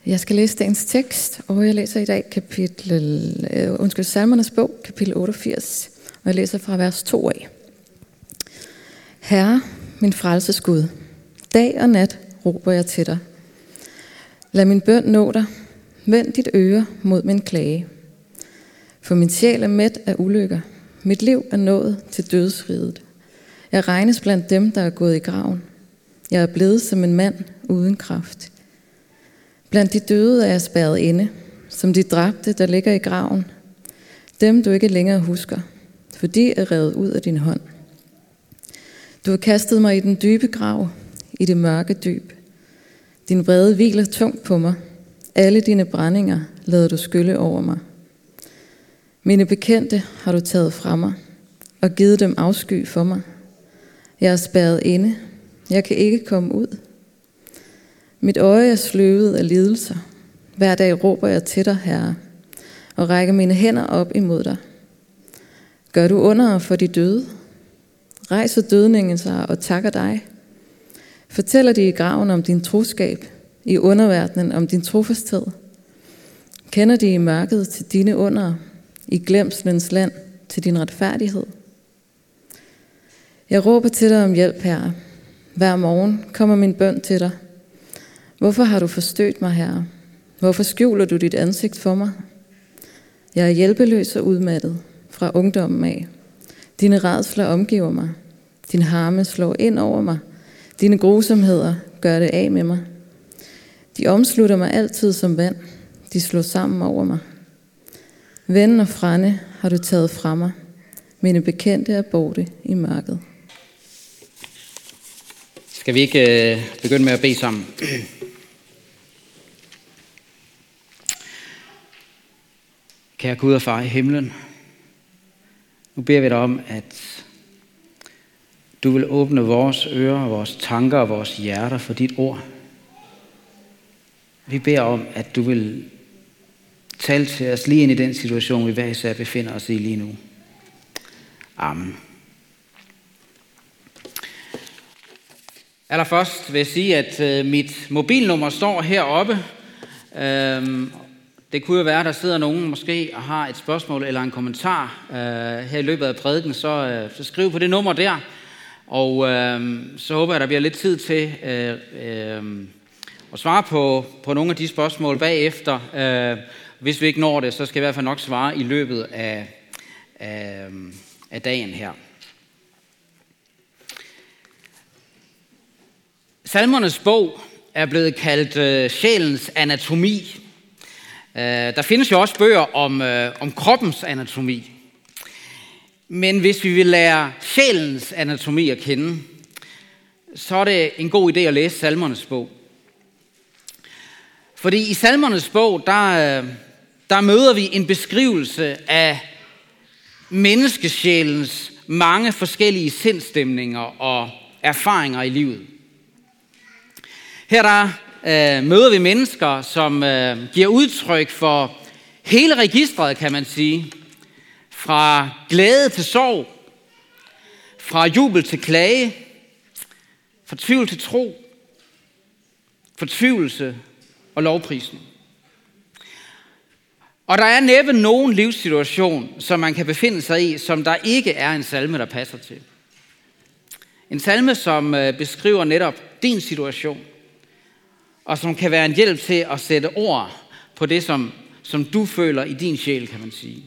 Jeg skal læse dagens tekst, og jeg læser i dag Salmernes bog, kapitel 88, og jeg læser fra vers 2 af. Herre, min frelses Gud, dag og nat råber jeg til dig. Lad min bøn nå dig, vend dit øre mod min klage. For min sjæl er mæt af ulykker, mit liv er nået til dødsriget. Jeg regnes blandt dem, der er gået i graven. Jeg er blevet som en mand uden kraft. Blandt de døde er jeg spærret inde, som de dræbte, der ligger i graven. Dem, du ikke længere husker, for de er revet ud af din hånd. Du har kastet mig i den dybe grav, i det mørke dyb. Din vrede hviler tungt på mig. Alle dine brændinger lader du skylle over mig. Mine bekendte har du taget fra mig, og givet dem afsky for mig. Jeg er spærret inde. Jeg kan ikke komme ud. Mit øje er sløvet af lidelser. Hver dag råber jeg til dig, Herre, og rækker mine hænder op imod dig. Gør du under for de døde? Rejser dødningen sig og takker dig? Fortæller de i graven om din troskab, i underverdenen om din trofasthed? Kender de i mørket til dine under, i glemslens land til din retfærdighed? Jeg råber til dig om hjælp, Herre. Hver morgen kommer min bøn til dig. Hvorfor har du forstødt mig, Herre? Hvorfor skjuler du dit ansigt for mig? Jeg er hjælpeløs og udmattet fra ungdommen af. Dine rædsler omgiver mig. Din harme slår ind over mig. Dine grusomheder gør det af med mig. De omslutter mig altid som vand. De slår sammen over mig. Ven og frænde har du taget fra mig. Mine bekendte er borte i mørket. Skal vi ikke begynde med at bede sammen? Kære Gud og Far i himlen, nu beder vi dig om, at du vil åbne vores ører, vores tanker og vores hjerter for dit ord. Vi beder om, at du vil tale til os lige ind i den situation, vi hver især befinder os i lige nu. Amen. Allerførst vil jeg sige, at mit mobilnummer står heroppe. Det kunne jo være, at der sidder nogen måske og har et spørgsmål eller en kommentar her i løbet af prædiken, så skriv på det nummer der. Og så håber jeg, der bliver lidt tid til at svare på nogle af de spørgsmål bagefter. Hvis vi ikke når det, så skal jeg i hvert fald nok svare i løbet af dagen her. Salmernes bog er blevet kaldt sjælens anatomi. Der findes jo også bøger om kroppens anatomi. Men hvis vi vil lære sjælens anatomi at kende, så er det en god idé at læse Salmernes bog. Fordi i Salmernes bog, der møder vi en beskrivelse af menneskesjælens mange forskellige sindstemninger og erfaringer i livet. Her møder vi mennesker, som giver udtryk for hele registret, kan man sige. Fra glæde til sorg, fra jubel til klage, fra tvivl til tro, fortvivlelse og lovprisning. Og der er næppe nogen livssituation, som man kan befinde sig i, som der ikke er en salme, der passer til. En salme, som beskriver netop din situation, og som kan være en hjælp til at sætte ord på det, som du føler i din sjæl, kan man sige.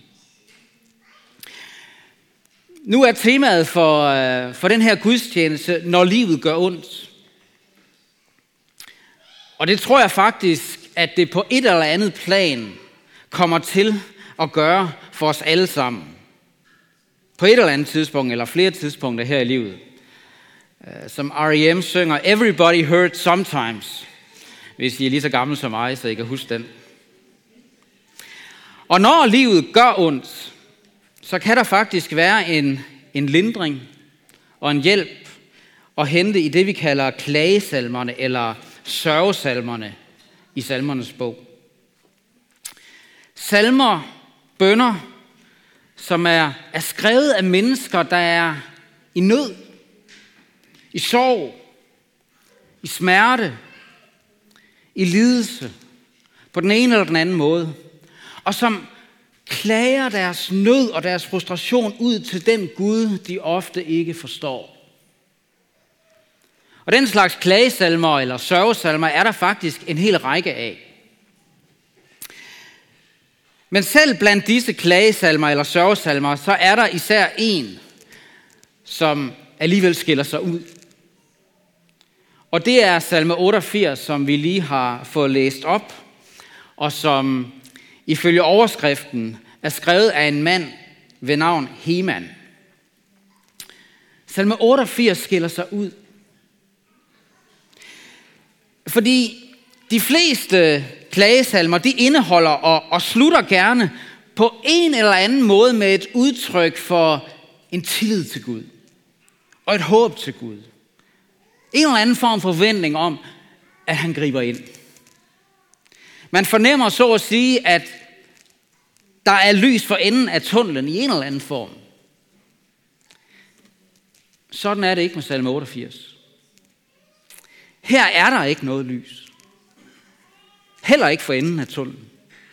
Nu er temaet for den her gudstjeneste, når livet gør ondt. Og det tror jeg faktisk, at det på et eller andet plan kommer til at gøre for os alle sammen. På et eller andet tidspunkt, eller flere tidspunkter her i livet. Som R.E.M. synger, Everybody hurts sometimes. Hvis I er lige så gamle som mig, så I kan huske den. Og når livet gør ondt, så kan der faktisk være en lindring og en hjælp at hente i det, vi kalder klagesalmerne eller sørgesalmerne i Salmernes bog. Salmer, bønner, som er skrevet af mennesker, der er i nød, i sorg, i smerte, i lidelse på den ene eller den anden måde, og som klager deres nød og deres frustration ud til den Gud, de ofte ikke forstår. Og den slags klagesalmer eller sørgesalmer er der faktisk en hel række af. Men selv blandt disse klagesalmer eller sørgesalmer, så er der især en, som alligevel skiller sig ud. Og det er salme 88, som vi lige har fået læst op, og som ifølge overskriften er skrevet af en mand ved navn Heman. Salme 88 skiller sig ud, fordi de fleste klagesalmer, de indeholder og slutter gerne på en eller anden måde med et udtryk for en tillid til Gud og et håb til Gud. En eller anden form for forventning om, at han griber ind. Man fornemmer så at sige, at der er lys for enden af tunnelen i en eller anden form. Sådan er det ikke med salme 88. Her er der ikke noget lys. Heller ikke for enden af tunnelen.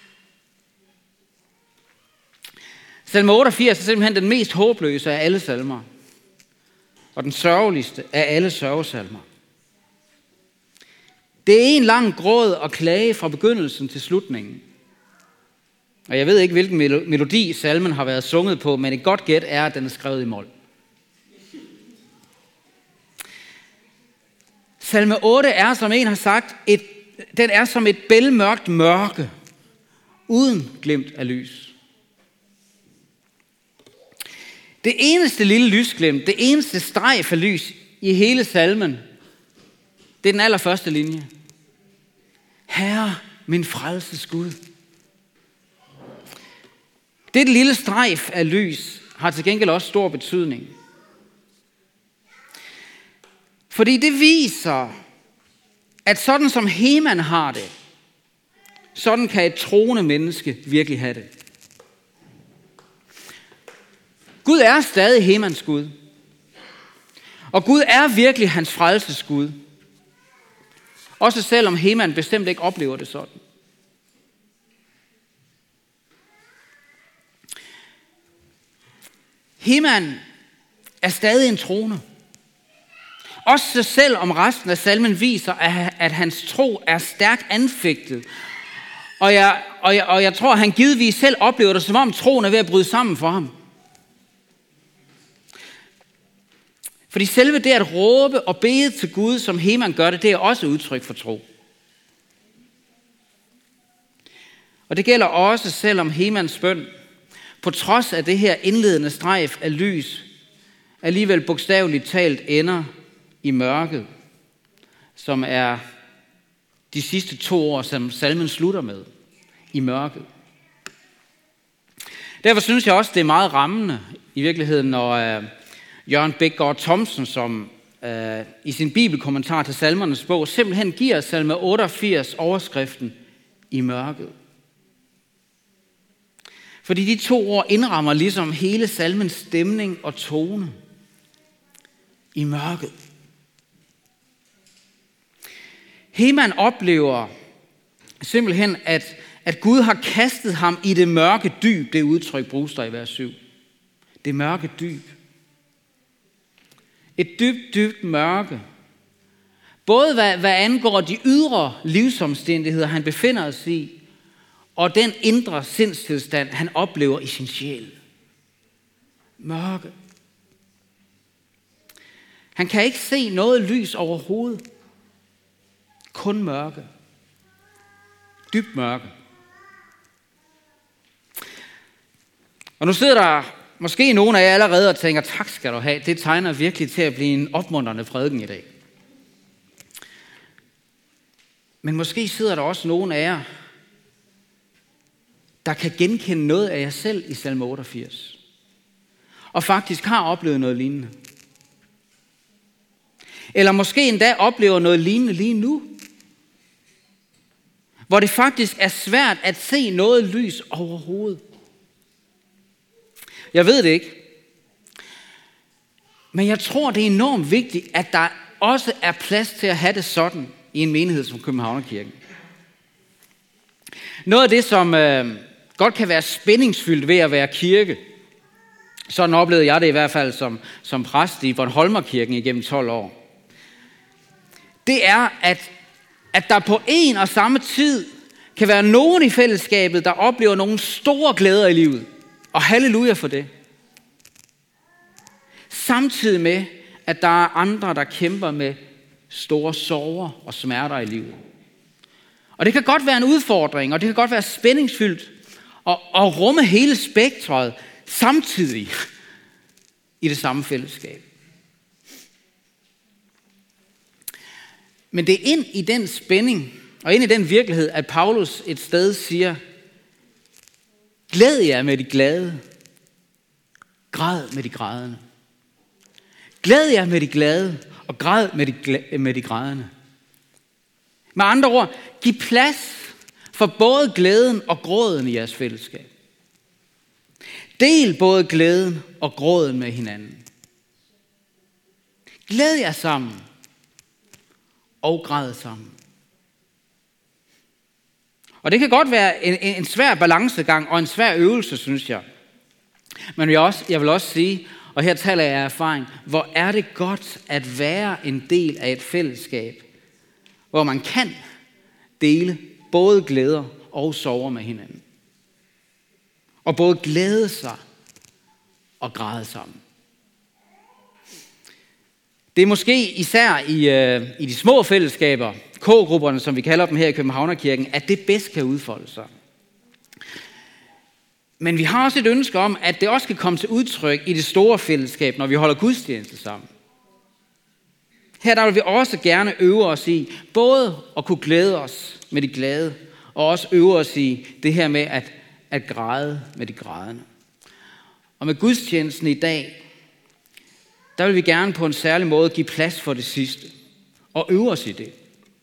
Salme 88 er simpelthen den mest håbløse af alle salmer. Og den sørgeligste af alle sørgesalmer. Det er en lang gråd og klage fra begyndelsen til slutningen. Og jeg ved ikke, hvilken melodi salmen har været sunget på, men et godt gæt er, at den er skrevet i mol. Salme 8 er, som en har sagt, den er som et bælmørkt mørke, uden glimt af lys. Det eneste lille lysglimt, det eneste strejf af lys i hele salmen, det er den allerførste linje. Herre, min frelses Gud. Det lille strejf af lys har til gengæld også stor betydning. Fordi det viser, at sådan som Heman har det, sådan kan et troende menneske virkelig have det. Gud er stadig Hemans Gud. Og Gud er virkelig hans frelses Gud. Også selvom Heman bestemt ikke oplever det sådan. Heman er stadig en troende. Også selvom resten af salmen viser, at hans tro er stærkt anfægtet. Og jeg tror, at han givetvis selv oplever det, som om troen er ved at bryde sammen for ham. Fordi selve det at råbe og bede til Gud, som Heman gør det er også udtryk for tro. Og det gælder også, selvom Hemans bøn, på trods af det her indledende strejf af lys, alligevel bogstaveligt talt ender i mørket, som er de sidste 2 ord, som salmen slutter med, i mørket. Derfor synes jeg også, det er meget rammende i virkeligheden, når Jørgen Bækgaard Thomsen, som i sin bibelkommentar til salmernes bog, simpelthen giver salme 88 overskriften i mørket. Fordi de 2 ord indrammer ligesom hele salmens stemning og tone. I mørket. Heman oplever simpelthen, at Gud har kastet ham i det mørke dyb, det udtryk bruges der i vers 7. Det mørke dyb. Et dybt, dybt mørke. Både hvad angår de ydre livsomstændigheder, han befinder sig i, og den indre sindstilstand, han oplever i sin sjæl. Mørke. Han kan ikke se noget lys overhovedet. Kun mørke. Dybt mørke. Og nu sidder der måske nogen af jer allerede og tænker, tak skal du have. Det tegner virkelig til at blive en opmuntrende prædiken i dag. Men måske sidder der også nogen af jer, der kan genkende noget af jer selv i salme 88. Og faktisk har oplevet noget lignende. Eller måske endda oplever noget lignende lige nu. Hvor det faktisk er svært at se noget lys overhovedet. Jeg ved det ikke. Men jeg tror, det er enormt vigtigt, at der også er plads til at have det sådan i en menighed som Københavnerkirken. Noget af det, som godt kan være spændingsfyldt ved at være kirke, sådan oplevede jeg det i hvert fald som præst i Bornholmerkirken igennem 12 år, det er, at der på en og samme tid kan være nogen i fællesskabet, der oplever nogle store glæder i livet. Og halleluja for det. Samtidig med, at der er andre, der kæmper med store sorger og smerter i livet. Og det kan godt være en udfordring, og det kan godt være spændingsfyldt at rumme hele spektret samtidig i det samme fællesskab. Men det er ind i den spænding og ind i den virkelighed, at Paulus et sted siger, glæd jer med de glade, græd med de grædende. Glæd jer med de glade, og græd med de grædende. Med andre ord, giv plads for både glæden og gråden i jeres fællesskab. Del både glæden og gråden med hinanden. Glæd jer sammen og græd sammen. Og det kan godt være en svær balancegang og en svær øvelse, synes jeg. Men jeg vil også sige, og her taler jeg af erfaring, hvor er det godt at være en del af et fællesskab, hvor man kan dele både glæder og sorger med hinanden. Og både glæde sig og græde sammen. Det er måske især i de små fællesskaber, K-grupperne, som vi kalder dem her i Københavnerkirken, at det bedst kan udfolde sig. Men vi har også et ønske om, at det også kan komme til udtryk i det store fællesskab, når vi holder gudstjeneste sammen. Her der vil vi også gerne øve os i, både at kunne glæde os med de glade, og også øve os i det her med at græde med de grædende. Og med gudstjenesten i dag, der vil vi gerne på en særlig måde give plads for det sidste, og øve os i det.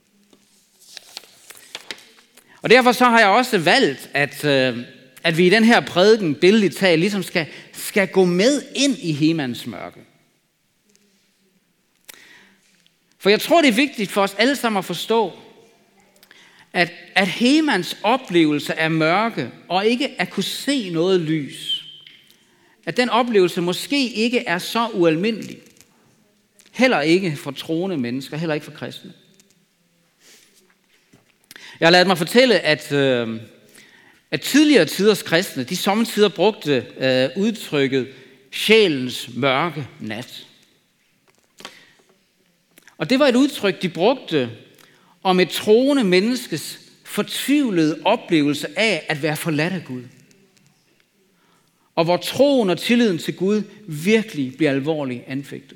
Og derfor så har jeg også valgt, at vi i den her prædiken, billedligt talt, ligesom skal gå med ind i Hemans mørke. For jeg tror, det er vigtigt for os alle sammen at forstå, at Hemans oplevelse af mørke, og ikke at kunne se noget lys, at den oplevelse måske ikke er så ualmindelig. Heller ikke for troende mennesker, heller ikke for kristne. Jeg har ladet mig fortælle, at tidligere tiders kristne, de sommetider brugte udtrykket sjælens mørke nat. Og det var et udtryk, de brugte om et troende menneskes fortvivlede oplevelse af at være forladt af Gud. Og hvor troen og tilliden til Gud virkelig bliver alvorligt anfægtet.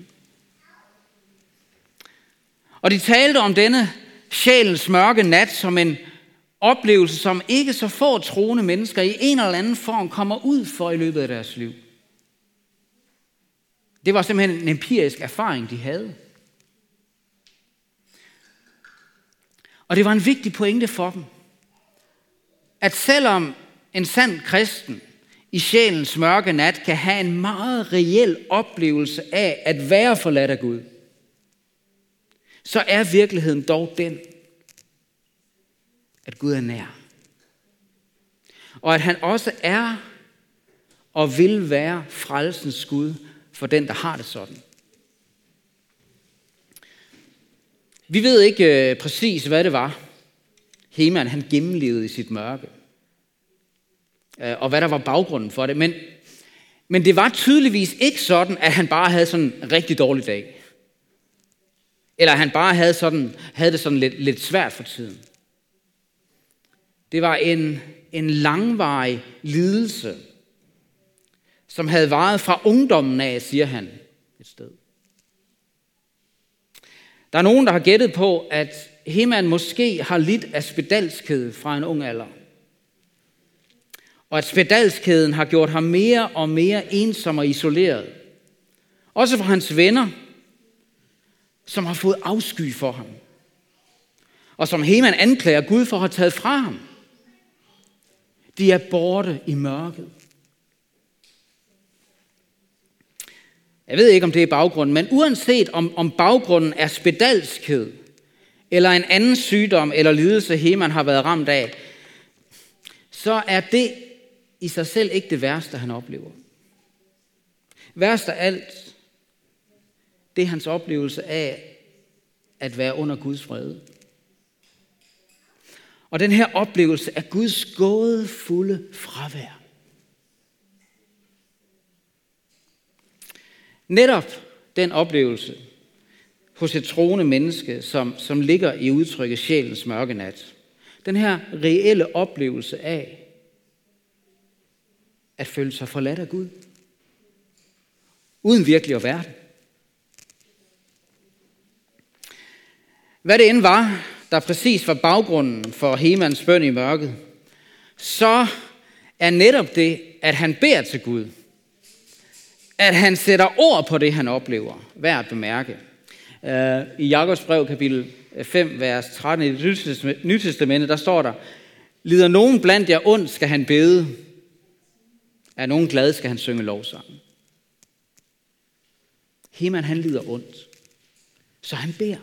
Og de talte om denne sjælens mørke nat som en oplevelse, som ikke så få troende mennesker i en eller anden form kommer ud for i løbet af deres liv. Det var simpelthen en empirisk erfaring, de havde. Og det var en vigtig pointe for dem, at selvom en sand kristen i sjælens mørke nat kan have en meget reel oplevelse af at være forladt af Gud, så er virkeligheden dog den, at Gud er nær. Og at han også er og vil være frelsens Gud for den, der har det sådan. Vi ved ikke præcis, hvad det var, Heman han gennemlevede i sit mørke. Og hvad der var baggrunden for det. Men det var tydeligvis ikke sådan, at han bare havde sådan en rigtig dårlig dag. Eller han bare havde det sådan lidt svært for tiden. Det var en langvarig lidelse, som havde varet fra ungdommen af, siger han et sted. Der er nogen, der har gættet på, at Heman måske har lidt af spedalskhed fra en ung alder. Og at spedalskheden har gjort ham mere og mere ensom og isoleret. Også for hans venner, som har fået afsky for ham. Og som Heman anklager Gud for at have taget fra ham. De er borte i mørket. Jeg ved ikke, om det er baggrunden, men uanset om baggrunden er spedalskhed, eller en anden sygdom eller lidelse, Heman har været ramt af, så er det i sig selv ikke det værste, han oplever. Værst af alt, det er hans oplevelse af at være under Guds fred. Og den her oplevelse af Guds gådefulde fravær. Netop den oplevelse hos et troende menneske, som ligger i udtrykket sjælens mørke nat. Den her reelle oplevelse af at føle sig forladt af Gud. Uden virkelig at være det. Hvad det end var, der præcis var baggrunden for Hemans bøn i mørket, så er netop det, at han beder til Gud. At han sætter ord på det, han oplever, værd at bemærke. I Jakobs brev, kapitel 5, vers 13 i det Nye Testamente, der står der, lider nogen blandt jer ondt, skal han bede. Er nogen glad, skal han synge lovsang. Heman, han lider ondt, så han beder.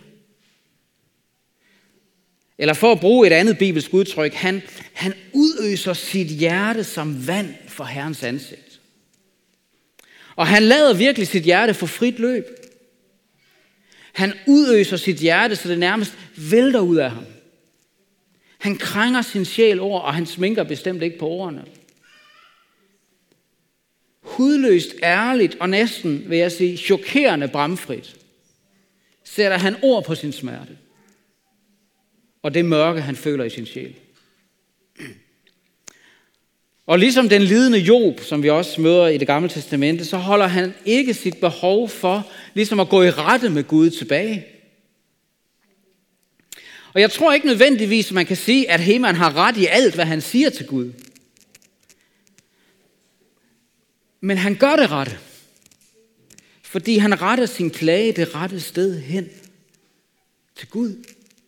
Eller for at bruge et andet bibelsk udtryk, han udøser sit hjerte som vand for Herrens ansigt. Og han lader virkelig sit hjerte få frit løb. Han udøser sit hjerte, så det nærmest vælter ud af ham. Han krænger sin sjæl over, og han sminker bestemt ikke på ordene. Hudløst, ærligt og næsten, vil jeg sige, chokerende bramfrit, sætter han ord på sin smerte. Og det mørke, han føler i sin sjæl. Og ligesom den lidende Job, som vi også møder i Det Gamle Testamente, så holder han ikke sit behov for ligesom at gå i rette med Gud tilbage. Og jeg tror ikke nødvendigvis, man kan sige, at Heman har ret i alt, hvad han siger til Gud. Men han gør det rette, fordi han retter sin klage det rette sted hen til Gud.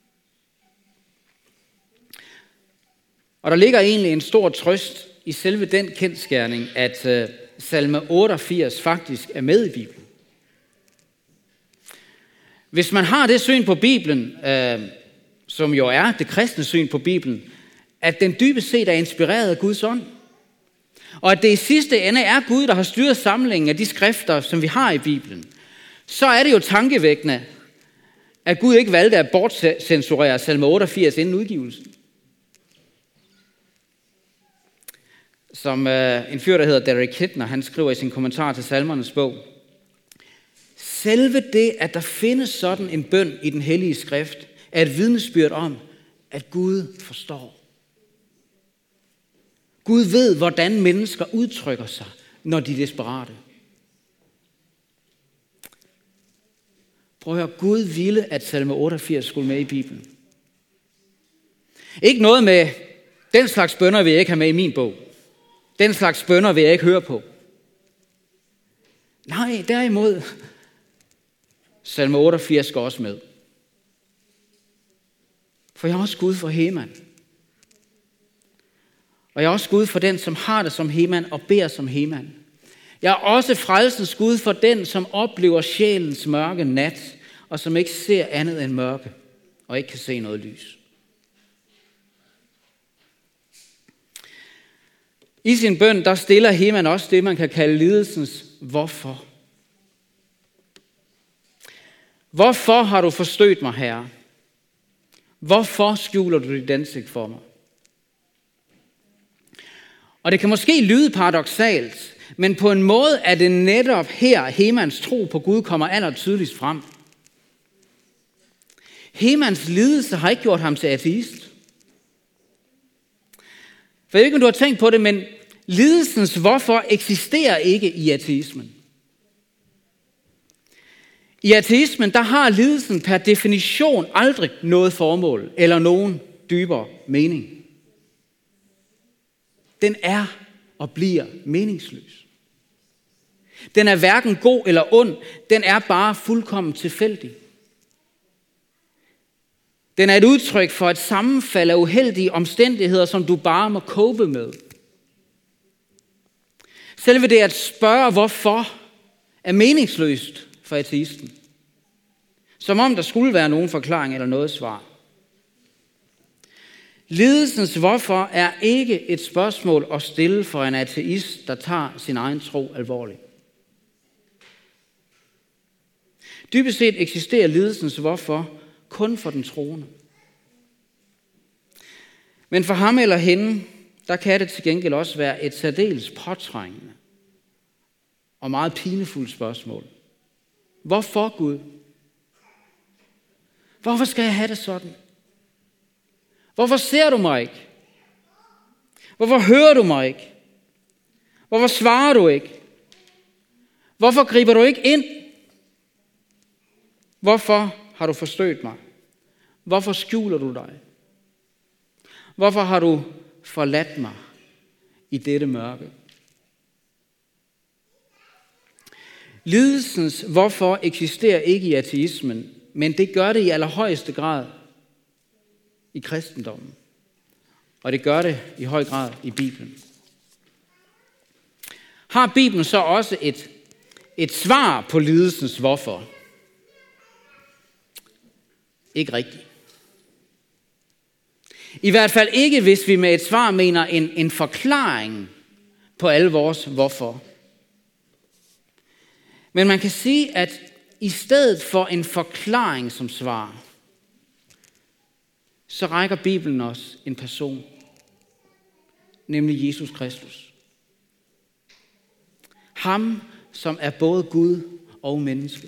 Og der ligger egentlig en stor trøst i selve den kendsgerning, at salme 88 faktisk er med i Bibelen. Hvis man har det syn på Bibelen, som jo er det kristne syn på Bibelen, at den dybest set er inspireret af Guds ånd, og at det i sidste ende er Gud, der har styret samlingen af de skrifter, som vi har i Bibelen, så er det jo tankevækkende, at Gud ikke valgte at bortcensurere salme 88 inden udgivelsen. Som en fyr, der hedder Derek Kidner, han skriver i sin kommentar til Salmernes bog, selve det, at der findes sådan en bøn i den hellige skrift, er et vidnesbyrd om, at Gud forstår. Gud ved, hvordan mennesker udtrykker sig, når de er desperate. Prøv at høre, Gud ville, at salme 88 skulle med i Bibelen. Ikke noget med, den slags bønner vil jeg ikke have med i min bog. Den slags bønner vil jeg ikke høre på. Nej, derimod, salme 88 skal også med. For jeg er også Gud for Heman. Og jeg er også Gud for den, som har det som Heman og beder som Heman. Jeg er også frelsens Gud for den, som oplever sjælens mørke nat, og som ikke ser andet end mørke, og ikke kan se noget lys. I sin bøn, der stiller Heman også det, man kan kalde lidelsens hvorfor. Hvorfor har du forstødt mig, Herre? Hvorfor skjuler du dit ansigt for mig? Og det kan måske lyde paradoksalt, men på en måde er det netop her, Hemans tro på Gud kommer allertydeligst frem. Hemans lidelse har ikke gjort ham til ateist. For jeg ved ikke, om du har tænkt på det, men lidelsens hvorfor eksisterer ikke i ateismen. I ateismen, der har lidelsen per definition aldrig noget formål eller nogen dybere mening. Den er og bliver meningsløs. Den er hverken god eller ond, den er bare fuldkommen tilfældig. Den er et udtryk for et sammenfald af uheldige omstændigheder, som du bare må cope med. Selve det at spørge hvorfor er meningsløst for ateisten. Som om der skulle være nogen forklaring eller noget svar. Lidelsens hvorfor er ikke et spørgsmål at stille for en ateist, der tager sin egen tro alvorligt. Dybest set eksisterer lidelsens hvorfor kun for den troende. Men for ham eller hende, der kan det til gengæld også være et særdeles påtrængende og meget pinefuldt spørgsmål. Hvorfor, Gud? Hvorfor skal jeg have det sådan? Hvorfor ser du mig ikke? Hvorfor hører du mig ikke? Hvorfor svarer du ikke? Hvorfor griber du ikke ind? Hvorfor har du forstødt mig? Hvorfor skjuler du dig? Hvorfor har du forladt mig i dette mørke? Lidelsens hvorfor eksisterer ikke i ateismen, men det gør det i allerhøjeste grad i kristendommen. Og det gør det i høj grad i Bibelen. Har Bibelen så også et svar på lidelsens hvorfor? Ikke rigtigt. I hvert fald ikke, hvis vi med et svar mener en forklaring på alle vores hvorfor. Men man kan sige, at i stedet for en forklaring som svar, så rækker Bibelen os en person, nemlig Jesus Kristus. Ham, som er både Gud og menneske.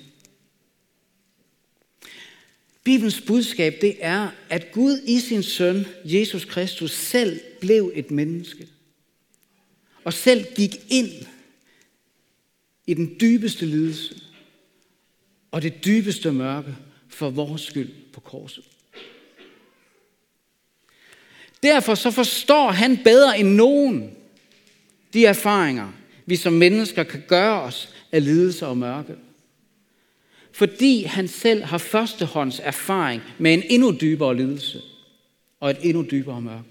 Bibelens budskab, det er, at Gud i sin søn, Jesus Kristus, selv blev et menneske. Og selv gik ind i den dybeste lidelse og det dybeste mørke for vores skyld på korset. Derfor så forstår han bedre end nogen de erfaringer, vi som mennesker kan gøre os af lidelse og mørke. Fordi han selv har førstehånds erfaring med en endnu dybere lidelse og et endnu dybere mørke.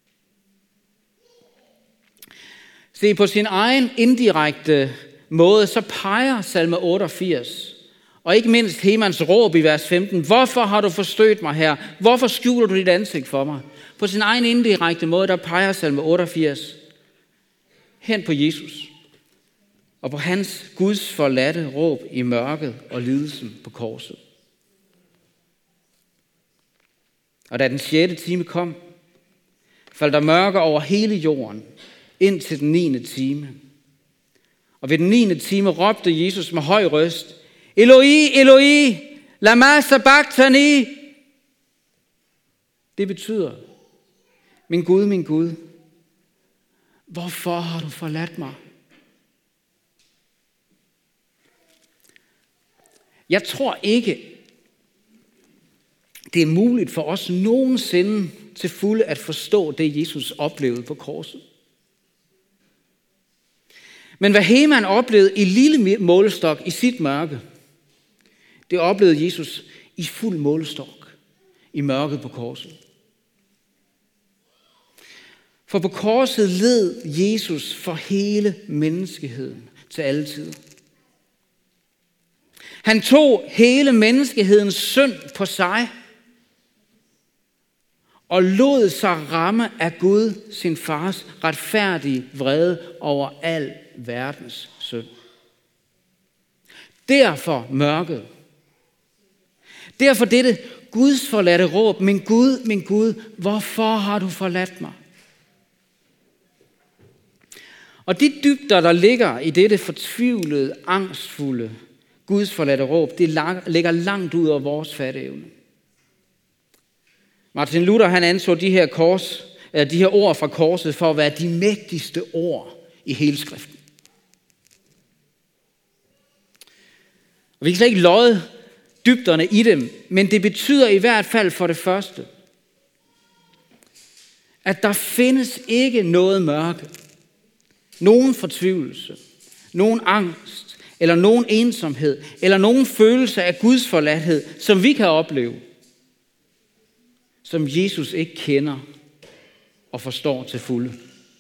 Se, på sin egen indirekte måde, så peger salme 88, og ikke mindst Hemans råb i vers 15, hvorfor har du forstødt mig her? Hvorfor skjuler du dit ansigt for mig? På sin egen indirekte måde, der peger salme 88 hen på Jesus og på hans Guds forladte råb i mørket og lidelsen på korset. Og da den 6. time kom, faldt der mørke over hele jorden ind til den 9. time. Og ved den 9. time råbte Jesus med høj røst, Eloi, Eloi, lama sabachthani. Det betyder, min Gud, hvorfor har du forladt mig? Jeg tror ikke, det er muligt for os nogensinde til fulde at forstå det, Jesus oplevede på korset. Men hvad Heman oplevede i lille målestok i sit mørke, det oplevede Jesus i fuld målestok i mørket på korset. For på korset led Jesus for hele menneskeheden til alle tider. Han tog hele menneskehedens synd på sig og lod sig ramme af Gud, sin fars retfærdige vrede over al verdens synd. Derfor mørket. Derfor dette Guds forladte råb, min Gud, hvorfor har du forladt mig? Og de dybder, der ligger i dette fortvivlede, angstfulde Guds forladte råb, det ligger langt ud over vores fatteevne. Martin Luther, han anså de her ord fra korset for at være de mægtigste ord i hele skriften. Og vi kan slet ikke lodde dybderne i dem, men det betyder i hvert fald for det første, at der findes ikke noget mørke, nogen fortvivlelse, nogen angst, eller nogen ensomhed, eller nogen følelse af Guds forladthed, som vi kan opleve, som Jesus ikke kender og forstår til fulde.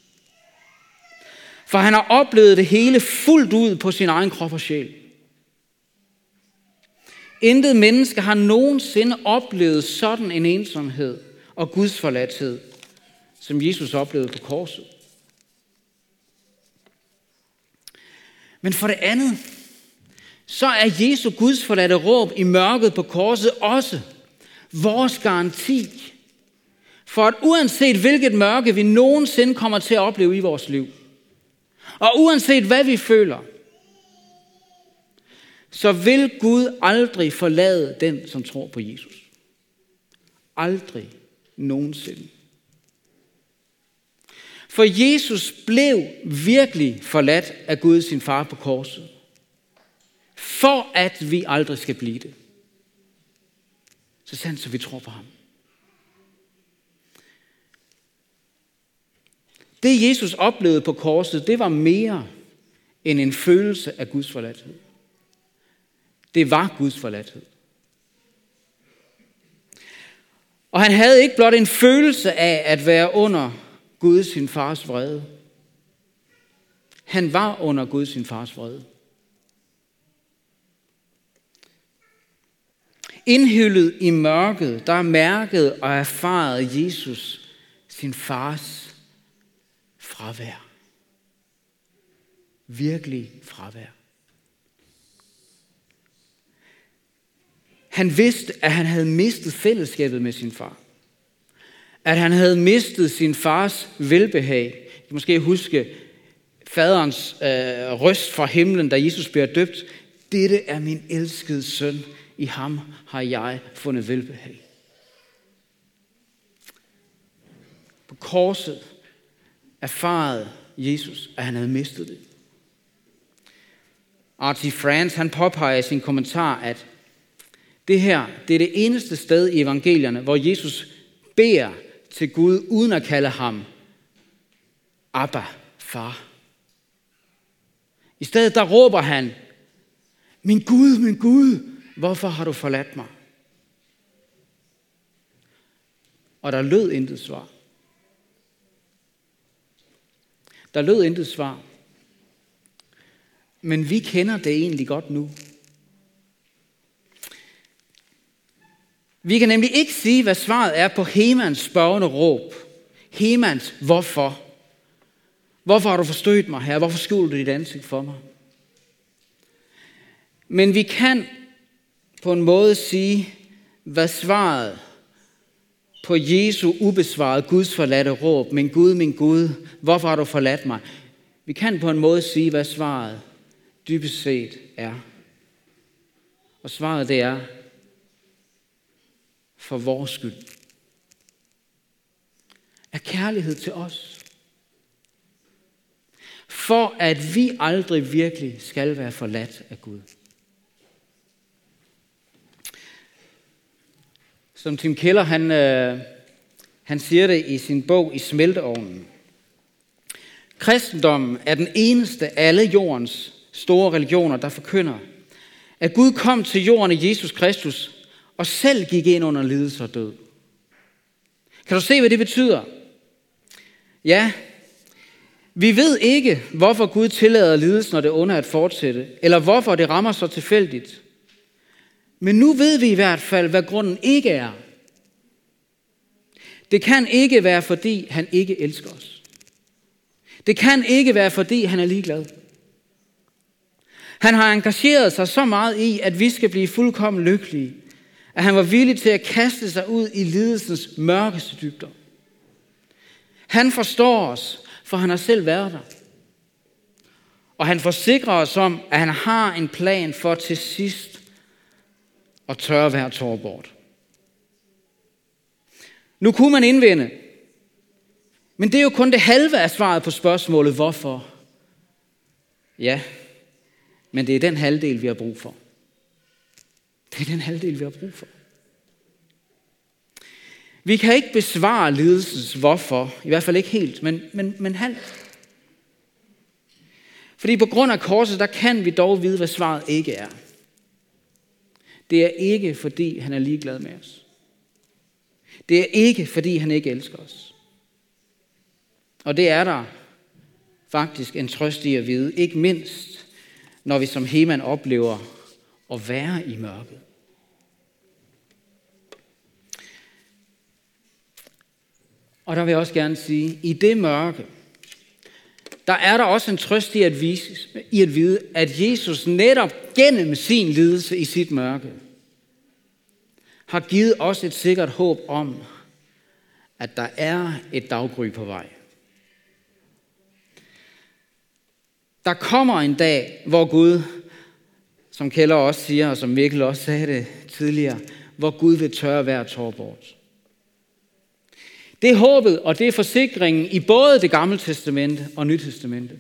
For han har oplevet det hele fuldt ud på sin egen krop og sjæl. Intet menneske har nogensinde oplevet sådan en ensomhed og Guds forladthed som Jesus oplevede på korset. Men for det andet, så er Jesu Guds forladte råb i mørket på korset også vores garanti for, at uanset hvilket mørke vi nogensinde kommer til at opleve i vores liv, og uanset hvad vi føler, så vil Gud aldrig forlade den, som tror på Jesus. Aldrig nogensinde. For Jesus blev virkelig forladt af Gud sin far på korset, for at vi aldrig skal blive det. Så sandt, så vi tror på ham. Det Jesus oplevede på korset, det var mere end en følelse af Guds forladthed. Det var Guds forladthed. Og han havde ikke blot en følelse af at være under Gud sin fars vrede. Han var under Gud sin fars vrede. Indhyllet i mørket, der mærkede og erfarede Jesus sin fars fravær. Virkelig fravær. Han vidste, at han havde mistet fællesskabet med sin far. At han havde mistet sin fars velbehag. I kan måske huske faderens røst fra himlen, da Jesus bliver døbt. Dette er min elskede søn. I ham har jeg fundet velbehag. På korset erfarede Jesus, at han havde mistet det. R.T. France, han påpeger i sin kommentar, at det her, det er det eneste sted i evangelierne, hvor Jesus beder til Gud, uden at kalde ham Abba, far. I stedet der råber han, min Gud, hvorfor har du forladt mig? Og der lød intet svar. Der lød intet svar. Men vi kender det egentlig godt nu. Vi kan nemlig ikke sige, hvad svaret er på Hemans spørgende råb. Hemans hvorfor? Hvorfor har du forstødt mig her? Hvorfor skjuler du dit ansigt for mig? Men vi kan på en måde sige, hvad svaret på Jesu ubesvarede Guds forladte råb, min Gud, hvorfor har du forladt mig? Vi kan på en måde sige, hvad svaret dybest set er. Og svaret det er, for vores skyld. Af kærlighed til os. For at vi aldrig virkelig skal være forladt af Gud. Som Tim Keller, han siger det i sin bog I smelteovnen. Kristendommen er den eneste af alle jordens store religioner, der forkynder, at Gud kom til jorden i Jesus Kristus, og selv gik ind under lidelse og død. Kan du se, hvad det betyder? Ja, vi ved ikke, hvorfor Gud tillader lidelsen og det onde at fortsætte, eller hvorfor det rammer så tilfældigt. Men nu ved vi i hvert fald, hvad grunden ikke er. Det kan ikke være, fordi han ikke elsker os. Det kan ikke være, fordi han er ligeglad. Han har engageret sig så meget i, at vi skal blive fuldkommen lykkelige, at han var villig til at kaste sig ud i lidelsens mørkeste dybder. Han forstår os, for han har selv været der. Og han forsikrer os om, at han har en plan for til sidst at tørre hver tår bort. Nu kunne man indvende, men det er jo kun det halve af svaret på spørgsmålet, hvorfor? Ja, men det er den halvdel, vi har brug for. Det er den halvdel, vi har brug for. Vi kan ikke besvare lidelsens hvorfor, i hvert fald ikke helt, men halvt. Fordi på grund af korset, der kan vi dog vide, hvad svaret ikke er. Det er ikke, fordi han er ligeglad med os. Det er ikke, fordi han ikke elsker os. Og det er der faktisk en trøst i at vide, ikke mindst, når vi som Heman oplever at være i mørket. Og der vil jeg også gerne sige, i det mørke, der er der også en trøst i at vide, at Jesus netop gennem sin lidelse i sit mørke, har givet os et sikkert håb om, at der er et daggry på vej. Der kommer en dag, hvor Gud, som Keller også siger, og som Mikkel også sagde det tidligere, hvor Gud vil tørre hver tår bort. Det er håbet, og det er forsikringen i både det gamle testamente og Nyt Testamente.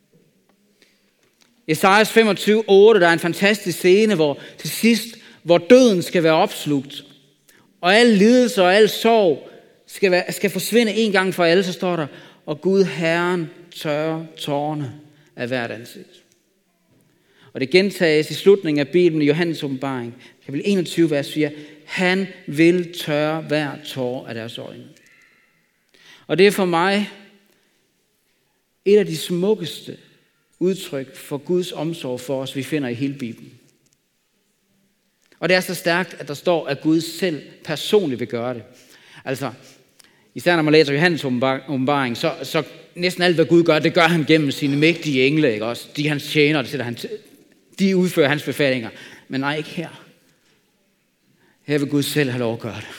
Esajas 25:8, der er en fantastisk scene, hvor til sidst, hvor døden skal være opslugt, og al lidelse og al sorg skal forsvinde en gang for alle, så står der, og Gud Herren tørrer tårerne af hvert ansigt. Og det gentages i slutningen af Bibelen i Johannes åbenbaring, kapitel 21, vers 4, han vil tørre hver tår af deres øjne. Og det er for mig et af de smukkeste udtryk for Guds omsorg for os, vi finder i hele Bibelen. Og det er så stærkt, at der står, at Gud selv personligt vil gøre det. Altså, især når man læser Johannes åbenbaring, så næsten alt, hvad Gud gør, det gør han gennem sine mægtige engle, ikke også? De hans tjener, de udfører hans befalinger. Men nej, ikke her. Her vil Gud selv have lov at gøre det.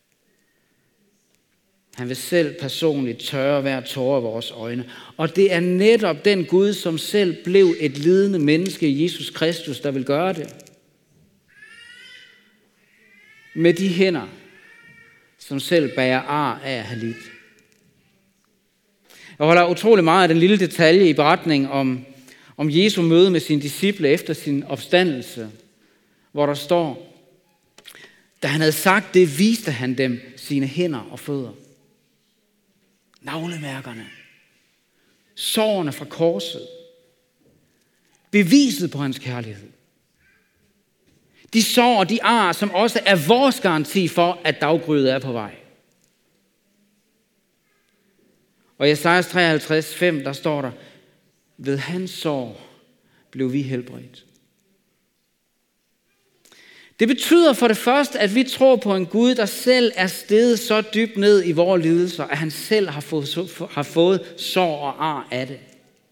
Han vil selv personligt tørre hver tåre af vores øjne. Og det er netop den Gud, som selv blev et lidende menneske i Jesus Kristus, der vil gøre det. Med de hænder, som selv bærer ar af at have lidt. Jeg holder utrolig meget af den lille detalje i beretningen om Jesu møde med sine disciple efter sin opstandelse, hvor der står, da han havde sagt det, viste han dem sine hænder og fødder. Naglemærkerne, sårene fra korset, beviset på hans kærlighed. De sår og de ar, som også er vores garanti for, at daggryet er på vej. Og i Esajas 53:5, der står der, ved hans sår blev vi helbredt. Det betyder for det første, at vi tror på en Gud, der selv er steget så dybt ned i vores lidelser, at han selv har fået sår og ar af det.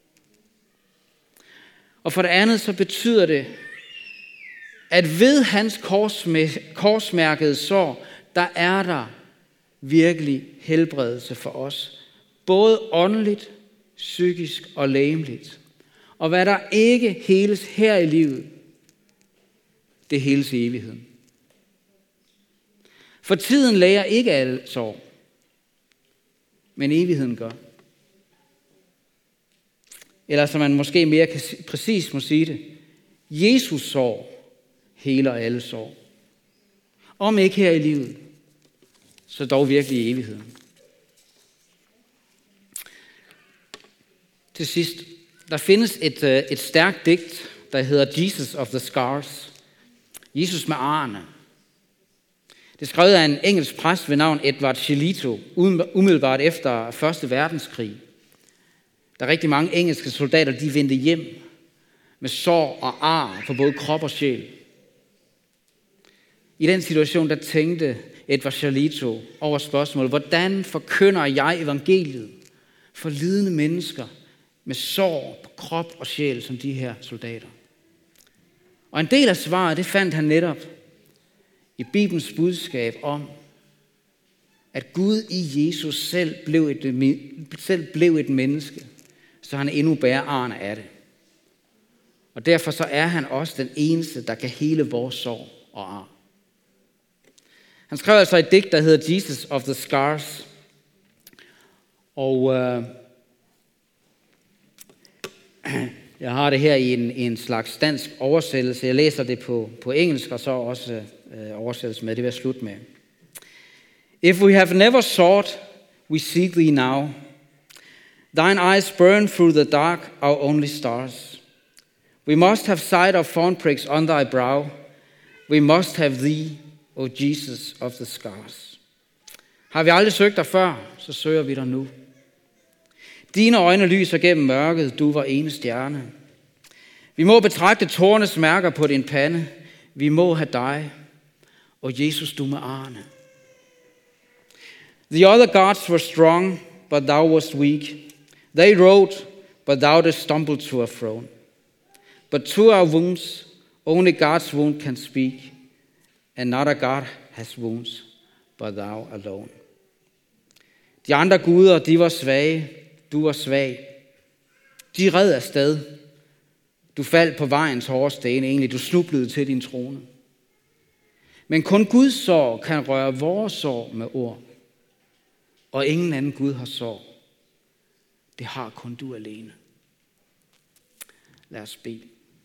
Og for det andet, så betyder det, at ved hans korsmærkede sår, der er der virkelig helbredelse for os. Både åndeligt, psykisk og legemligt. Og hvad der ikke heles her i livet, det heles i evigheden. For tiden læger ikke alle sår, men evigheden gør. Eller som man måske mere præcis må sige det, Jesus sår heler alle sår. Om ikke her i livet, så dog virkelig i evigheden. Til sidst, der findes et stærkt digt, der hedder Jesus of the Scars. Jesus med arrene. Det er skrevet af en engelsk præst ved navn Edward Shillito, umiddelbart efter 1. verdenskrig. Der er rigtig mange engelske soldater, de vendte hjem med sår og ar på både krop og sjæl. I den situation, der tænkte Edward Shillito over spørgsmålet, hvordan forkynder jeg evangeliet for lidende mennesker med sår på krop og sjæl som de her soldater? Og en del af svaret, det fandt han netop i Bibelens budskab om, at Gud i Jesus selv blev et menneske, så han endnu bærer arne af det. Og derfor så er han også den eneste, der kan hele vores sår og ar. Han skrev altså et digt, der hedder Jesus of the Scars. Og jeg har det her i en slags dansk oversættelse. Jeg læser det på engelsk, og så også oversættelse med. Det vil jeg slutte med. If we have never sought, we seek thee now. Thine eyes burn through the dark, our only stars. We must have sight of thorn pricks on thy brow. We must have thee, O Jesus of the Scars. Har vi aldrig søgt dig før, så søger vi dig nu. Dine øjne lyser gennem mørket, du var ene stjerne. Vi må betragte tårnes mærker på din pande. Vi må have dig, og Jesus, du med arne. The other gods were strong, but thou wast weak. They rode, but thou didst stumble to a throne. But to our wounds, only God's wound can speak, and not a God has wounds, but thou alone. De andre guder, de var svage, du var svag. De red afsted. Du faldt på vejens hårde sten, egentlig du snublede til din trone. Men kun Guds sorg kan røre vores sorg med ord. Og ingen anden Gud har sorg. Det har kun du alene. Lad os bede.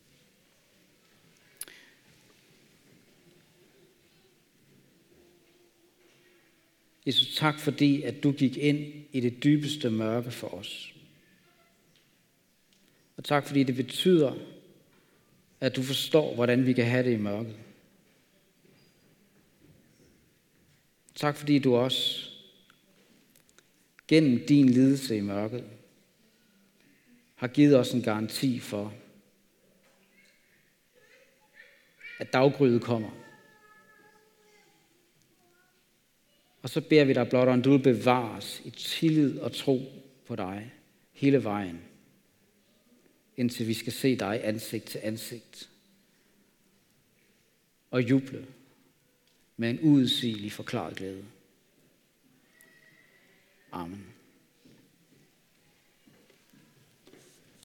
Jesus, tak fordi, at du gik ind i det dybeste mørke for os. Og tak fordi det betyder, at du forstår, hvordan vi kan have det i mørket. Tak fordi du også gennem din lidelse i mørket har givet os en garanti for, at daggryet kommer. Og så beder vi dig blot, om du vil bevare os i tillid og tro på dig hele vejen, indtil vi skal se dig ansigt til ansigt og juble med en uudsigelig forklaret glæde. Amen.